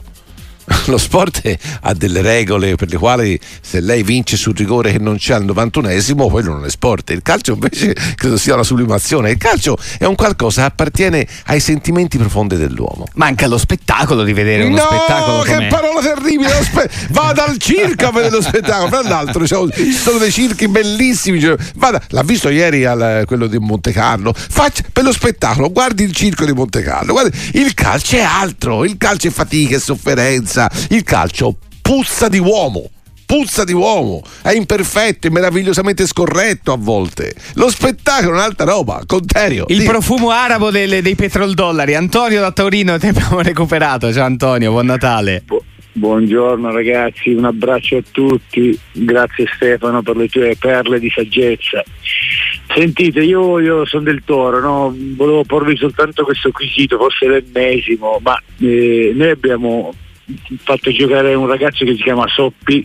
Lo sport ha delle regole per le quali se lei vince sul rigore che non c'è al novantunesimo, quello non è sport. Il calcio invece credo sia una sublimazione. Il calcio è un qualcosa che appartiene ai sentimenti profondi dell'uomo. Manca lo spettacolo di vedere uno no, spettacolo. No, che com'è. Parola terribile! Spe- vada al circo a vedere lo spettacolo. Fra l'altro ci sono dei circhi bellissimi. Vada, l'ha visto ieri al, quello di Monte Carlo. Faccia per lo spettacolo, guardi il circo di Monte Carlo. Guardi, il calcio è altro. Il calcio è fatica, è sofferenza. Il calcio puzza di uomo, puzza di uomo, è imperfetto, è meravigliosamente scorretto a volte. Lo spettacolo è un'altra roba, Conterio. Il Dì. profumo arabo delle, dei petroldollari. Antonio da Torino, ti abbiamo recuperato. Ciao Antonio, buon Natale. Bu- buongiorno ragazzi, un abbraccio a tutti. Grazie Stefano per le tue perle di saggezza. Sentite, io, io sono del Toro, no? Volevo porvi soltanto questo quesito, forse l'ennesimo, ma eh, noi abbiamo fatto giocare un ragazzo che si chiama Soppi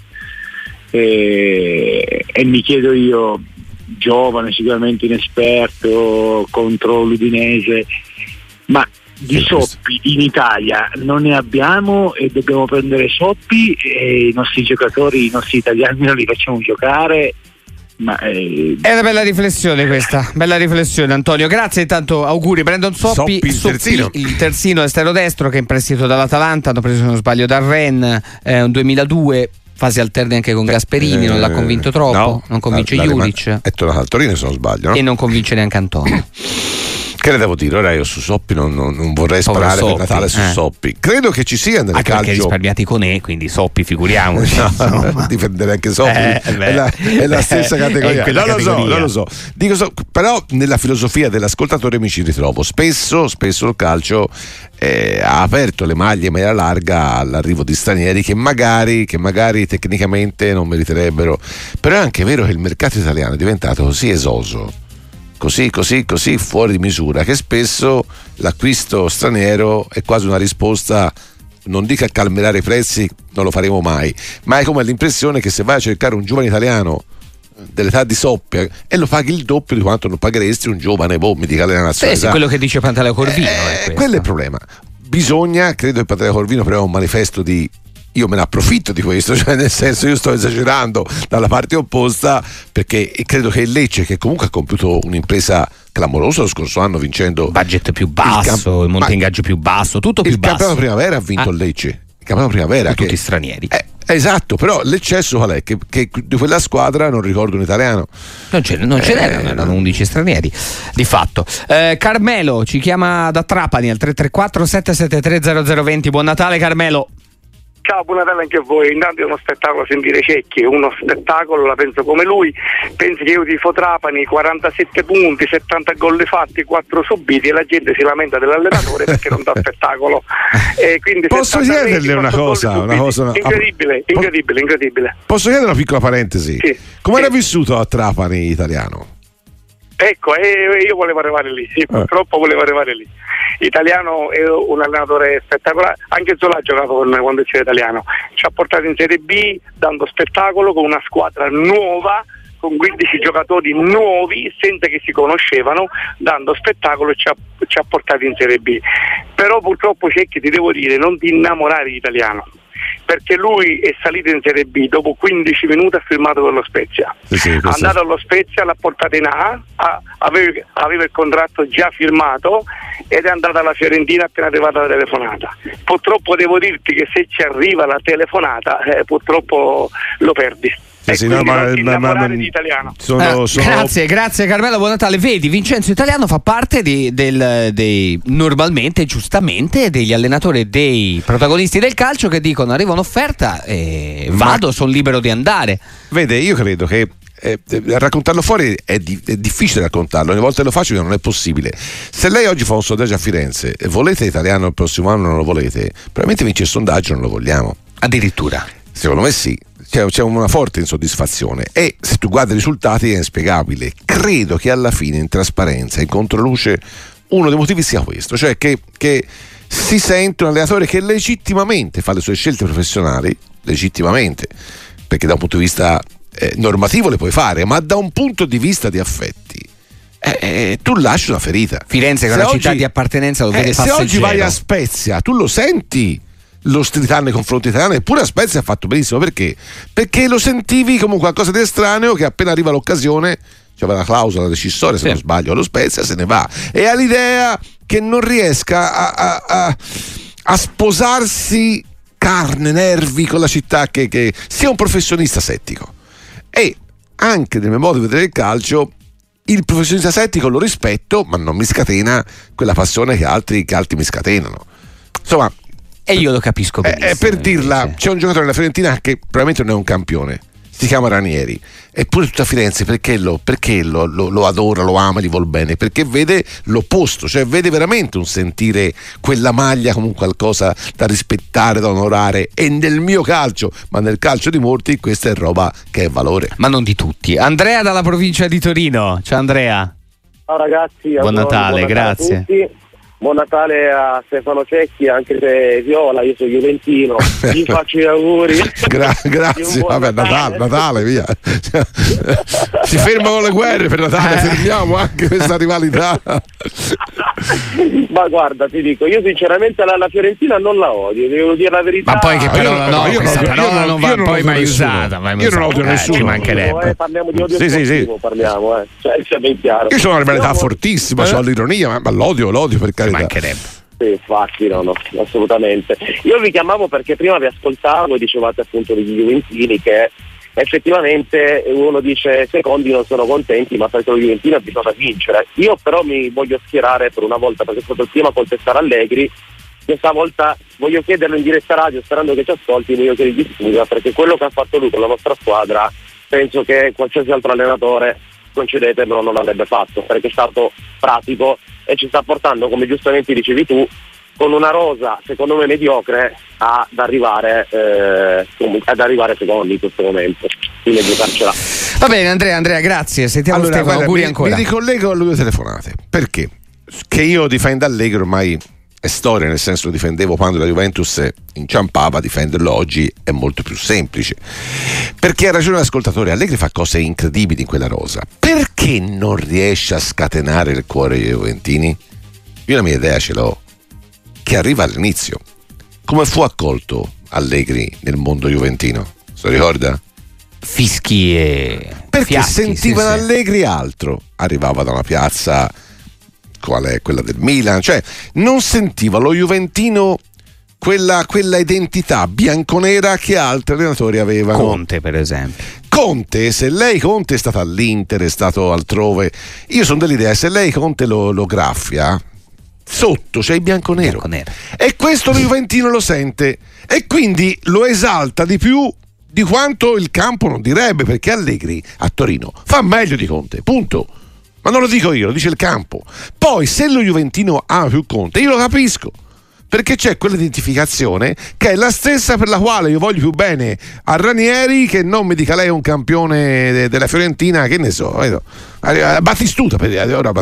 e, e mi chiedo io, giovane, sicuramente inesperto, contro l'Udinese, ma di Soppi in Italia non ne abbiamo e dobbiamo prendere Soppi e i nostri giocatori, i nostri italiani non li facciamo giocare. Ma, eh... È una bella riflessione questa, bella riflessione Antonio, grazie. Intanto auguri Brandon Soppi, Soppi, il Soppi, terzino il terzino esterno destro che è in prestito dall'Atalanta, hanno preso se non sbaglio dal Rennes, eh, un duemiladue, fasi alterne anche con Gasperini, eh, non l'ha convinto troppo, no, non convince la, la Juric è tornato al Torino se non sbaglio, no? E non convince neanche Antonio. Che le devo dire? Ora io su Soppi non, non, non vorrei sparare per Natale su eh. Soppi. Credo che ci sia nel anche calcio. Perché risparmiati con E, quindi Soppi, figuriamoci. No, difendere anche Soppi eh, è, la, è la stessa categoria. Non lo so, categoria. non lo so. Dico so. Però nella filosofia dell'ascoltatore mi ci ritrovo. Spesso, spesso il calcio eh, ha aperto le maglie in maniera larga all'arrivo di stranieri che magari, che magari tecnicamente non meriterebbero. Però è anche vero che il mercato italiano è diventato così esoso, così così così fuori di misura, che spesso l'acquisto straniero è quasi una risposta, non dico a calmierare i prezzi, non lo faremo mai, ma è come l'impressione che se vai a cercare un giovane italiano dell'età di Soppi e lo paghi il doppio di quanto non pagheresti un giovane, boh, mi dica la nazionalità. Sì, sì, quello che dice Pantaleo Corvino eh, è quello è il problema. Bisogna, credo che Pantaleo Corvino però è un manifesto di io me ne approfitto di questo, cioè nel senso io sto esagerando dalla parte opposta, perché credo che il Lecce, che comunque ha compiuto un'impresa clamorosa lo scorso anno vincendo budget più basso, il, camp- il monte ingaggio più basso, tutto più il basso. Il campionato primavera ha vinto ah. il Lecce, il campionato primavera con che, tutti stranieri. Eh, esatto, però l'eccesso qual è? Che, che di quella squadra non ricordo un italiano. Non ce, non ce eh, n'erano, erano undici stranieri di fatto. eh, Carmelo ci chiama da Trapani al tre tre quattro sette sette tre zero zero due zero. Buon Natale Carmelo. Ciao, buon Natale anche a voi. Intanto è uno spettacolo sentire Cecchi, è uno spettacolo, la penso come lui. Pensi che io tifo Trapani, quarantasette punti, settanta gol fatti, quattro subiti e la gente si lamenta dell'allenatore perché non dà spettacolo. E quindi posso chiederle una cosa, una cosa una... incredibile, incredibile, incredibile. Posso chiedere una piccola parentesi? Sì. Come sì. era vissuto a Trapani italiano? Ecco, e io volevo arrivare lì, sì, purtroppo volevo arrivare lì. Italiano è un allenatore spettacolare, anche Zola ha giocato con quando c'era Italiano, ci ha portato in Serie B dando spettacolo con una squadra nuova, con quindici giocatori nuovi senza che si conoscevano, dando spettacolo e ci ha, ci ha portato in Serie B. Però purtroppo Cecchi, ti devo dire, non ti innamorare di Italiano, perché lui è salito in Serie B, dopo quindici minuti ha firmato per lo Spezia, sì, sì, è andato allo Spezia, l'ha portato in A, a aveva, aveva il contratto già firmato ed è andato alla Fiorentina appena arrivata la telefonata. Purtroppo devo dirti che se ci arriva la telefonata eh, purtroppo lo perdi. Eh sì, no, ma, ma, ma, ma, di italiano. Sono, eh, sono... Grazie, grazie Carmelo, buon Natale. Vedi, Vincenzo Italiano fa parte di, del, dei normalmente, giustamente, degli allenatori, dei protagonisti del calcio che dicono arriva un'offerta e vado, ma... sono libero di andare. Vede, io credo che Eh, raccontarlo fuori è, di, è difficile raccontarlo, ogni volta lo faccio ma non è possibile. Se lei oggi fa un sondaggio a Firenze e volete Italiano il prossimo anno, non lo volete, probabilmente vince il sondaggio, non lo vogliamo. Addirittura? Secondo me sì, c'è, c'è una forte insoddisfazione e se tu guardi i risultati è inspiegabile. Credo che alla fine in trasparenza, in controluce, uno dei motivi sia questo, cioè che, che si sente un allenatore che legittimamente fa le sue scelte professionali, legittimamente, perché da un punto di vista Eh, normativo le puoi fare, ma da un punto di vista di affetti eh, eh, tu lasci una ferita. Firenze, che è una oggi, città di appartenenza, lo vede eh, passeggero. Se oggi vai a Spezia tu lo senti l'ostilità nei confronti italiani, eppure a Spezia ha fatto benissimo. Perché? Perché lo sentivi come qualcosa di estraneo che appena arriva l'occasione, c'aveva la clausola decissoria se sì. non sbaglio, allo Spezia se ne va e ha l'idea che non riesca a, a, a, a sposarsi carne, nervi con la città, che, che sia un professionista settico. E anche nel mio modo di vedere il calcio il professionista settico lo rispetto, ma non mi scatena quella passione che altri, che altri mi scatenano. Insomma, e io lo capisco benissimo. Eh, per dirla, invece. C'è un giocatore della Fiorentina che probabilmente non è un campione, si chiama Ranieri, eppure tutta Firenze perché lo, perché lo, lo, lo adora, lo ama, gli vuol bene? Perché vede l'opposto, cioè vede veramente un sentire quella maglia come qualcosa da rispettare, da onorare, e nel mio calcio, ma nel calcio di molti, questa è roba che è valore. Ma non di tutti. Andrea dalla provincia di Torino, ciao Andrea. Ciao ragazzi, buon Natale, buon Natale grazie. A tutti. Buon Natale a Stefano Cecchi, anche se viola, io sono juventino, gli faccio gli auguri. Gra- grazie, vabbè, Natale, Natale, via. Si fermano le guerre per Natale, fermiamo anche questa rivalità. Ma guarda, ti dico, io sinceramente la, la Fiorentina non la odio, devo dire la verità. Ma poi che però, io, no, io questa non, parola non va non poi mai nessuno. usata. Mai io non odio eh, nessuno. Ci mancherebbe. Eh, parliamo di odio sì, sportivo, sì, sì. parliamo, eh. Cioè, sia ben chiaro. Io sono una rivalità Io, fortissima, eh? so l'ironia, ma, ma l'odio, l'odio per carità. Ci mancherebbe. Sì, infatti, no, no, assolutamente. Io vi chiamavo perché prima vi ascoltavo e dicevate appunto degli juventini che effettivamente uno dice secondi non sono contenti, ma perché lo Juventino bisogna vincere. Io però mi voglio schierare per una volta, perché sono stato il primo a contestare Allegri. Questa volta voglio chiederlo in diretta radio, sperando che ci ascolti, voglio chiedergli scusa, perché quello che ha fatto lui con la nostra squadra penso che qualsiasi altro allenatore, concedetemelo, non l'avrebbe fatto, perché è stato pratico e ci sta portando, come giustamente dicevi tu, con una rosa secondo me mediocre ad arrivare eh, ad arrivare secondi in questo momento, quindi giocarcela. Va bene Andrea, Andrea grazie, sentiamo Allora, Stefano, guarda, auguri mi, ancora. mi ricollego alle due telefonate, perché che io difenda Allegri ormai è storia, nel senso lo difendevo quando la Juventus inciampava, difenderlo oggi è molto più semplice, perché ha ragione l'ascoltatore, Allegri fa cose incredibili in quella rosa. Perché non riesce a scatenare il cuore dei juventini? Io la mia idea ce l'ho, che arriva all'inizio. Come fu accolto Allegri nel mondo juventino? Se lo ricorda? Fischi e perché fiaschi, sentivano sì, sì. Allegri altro, arrivava da una piazza qual è quella del Milan, cioè non sentiva lo juventino quella, quella identità bianconera che altri allenatori avevano. Conte per esempio. Conte, se lei Conte è stato all'Inter, è stato altrove, io sono dell'idea, se lei Conte lo, lo graffia, sotto c'è il bianconero. bianconero e questo lo juventino lo sente e quindi lo esalta di più di quanto il campo non direbbe, perché Allegri a Torino fa meglio di Conte, punto. Ma non lo dico io, lo dice il campo. Poi se lo juventino ama più Conte, io lo capisco, perché c'è quell'identificazione che è la stessa per la quale io voglio più bene a Ranieri che non mi dica lei è un campione de- della Fiorentina, che ne so, vedo. Battistuta, per ora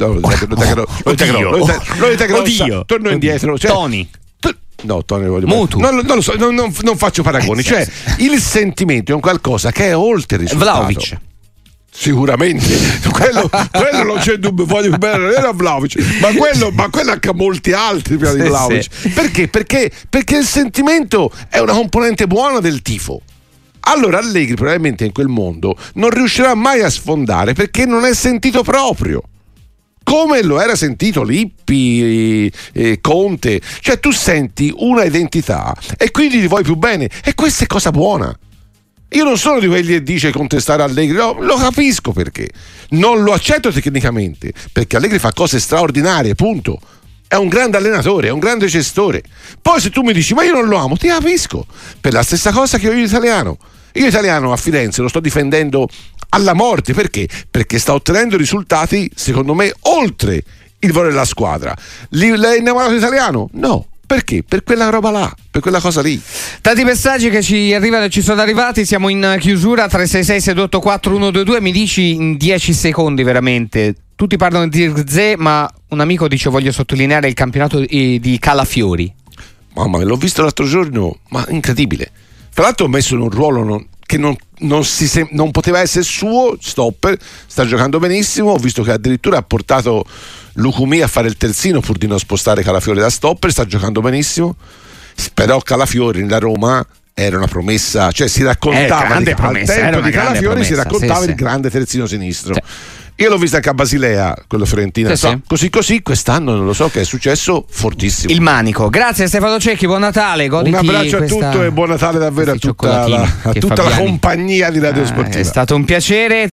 Oddio, torno indietro, cioè, Tony. No, Tony voglio Mutu. Non, non lo so, non, non, non faccio paragoni, eh, cioè sì, sì. il sentimento è un qualcosa che è oltre il risultato. Vlahovic. Sicuramente quello, quello non c'è dubbio, voglio bene, era Vlahovic, ma quello, ma quello anche molti altri prima sì, di Vlahovic. Sì. Perché? Perché? Perché il sentimento è una componente buona del tifo. Allora Allegri probabilmente in quel mondo non riuscirà mai a sfondare perché non è sentito proprio. Come lo era sentito Lippi, eh, Conte, cioè tu senti una identità e quindi ti vuoi più bene, e questa è cosa buona. Io non sono di quelli che dice contestare Allegri, no, lo capisco perché non lo accetto tecnicamente, perché Allegri fa cose straordinarie, punto. È un grande allenatore, è un grande gestore. Poi se tu mi dici ma io non lo amo, ti capisco, per la stessa cosa che io italiano. Io italiano a Firenze lo sto difendendo alla morte, perché? Perché sta ottenendo risultati secondo me oltre il valore della squadra. L'hai innamorato italiano? No. Perché? Per quella roba là, per quella cosa lì. Tanti messaggi che ci arrivano e ci sono arrivati, siamo in chiusura. Tre sei sei sei otto quattro uno due due. Mi dici in dieci secondi veramente, tutti parlano di Zirkzee, ma un amico dice voglio sottolineare il campionato di Calafiori. Mamma mia, l'ho visto l'altro giorno, ma incredibile. Tra l'altro ho messo in un ruolo non, che non, non, si sem- non poteva essere suo, stopper, sta giocando benissimo. Ho visto che addirittura ha portato Lucumí a fare il terzino pur di non spostare Calafiori da stopper, sta giocando benissimo. Però Calafiori nella Roma era una promessa, cioè si raccontava di, promessa, al tempo di Calafiori promessa, si raccontava sì, il sì. grande terzino sinistro. Sì. Io l'ho vista anche a Basilea, quello Fiorentina, Sì, so, sì. così così quest'anno non lo so che è successo, fortissimo. Il manico. Grazie Stefano Cecchi, buon Natale, goditi Un abbraccio questa... a tutto e buon Natale davvero a tutta, la, a tutta la compagnia di Radio ah, Sportiva. È stato un piacere.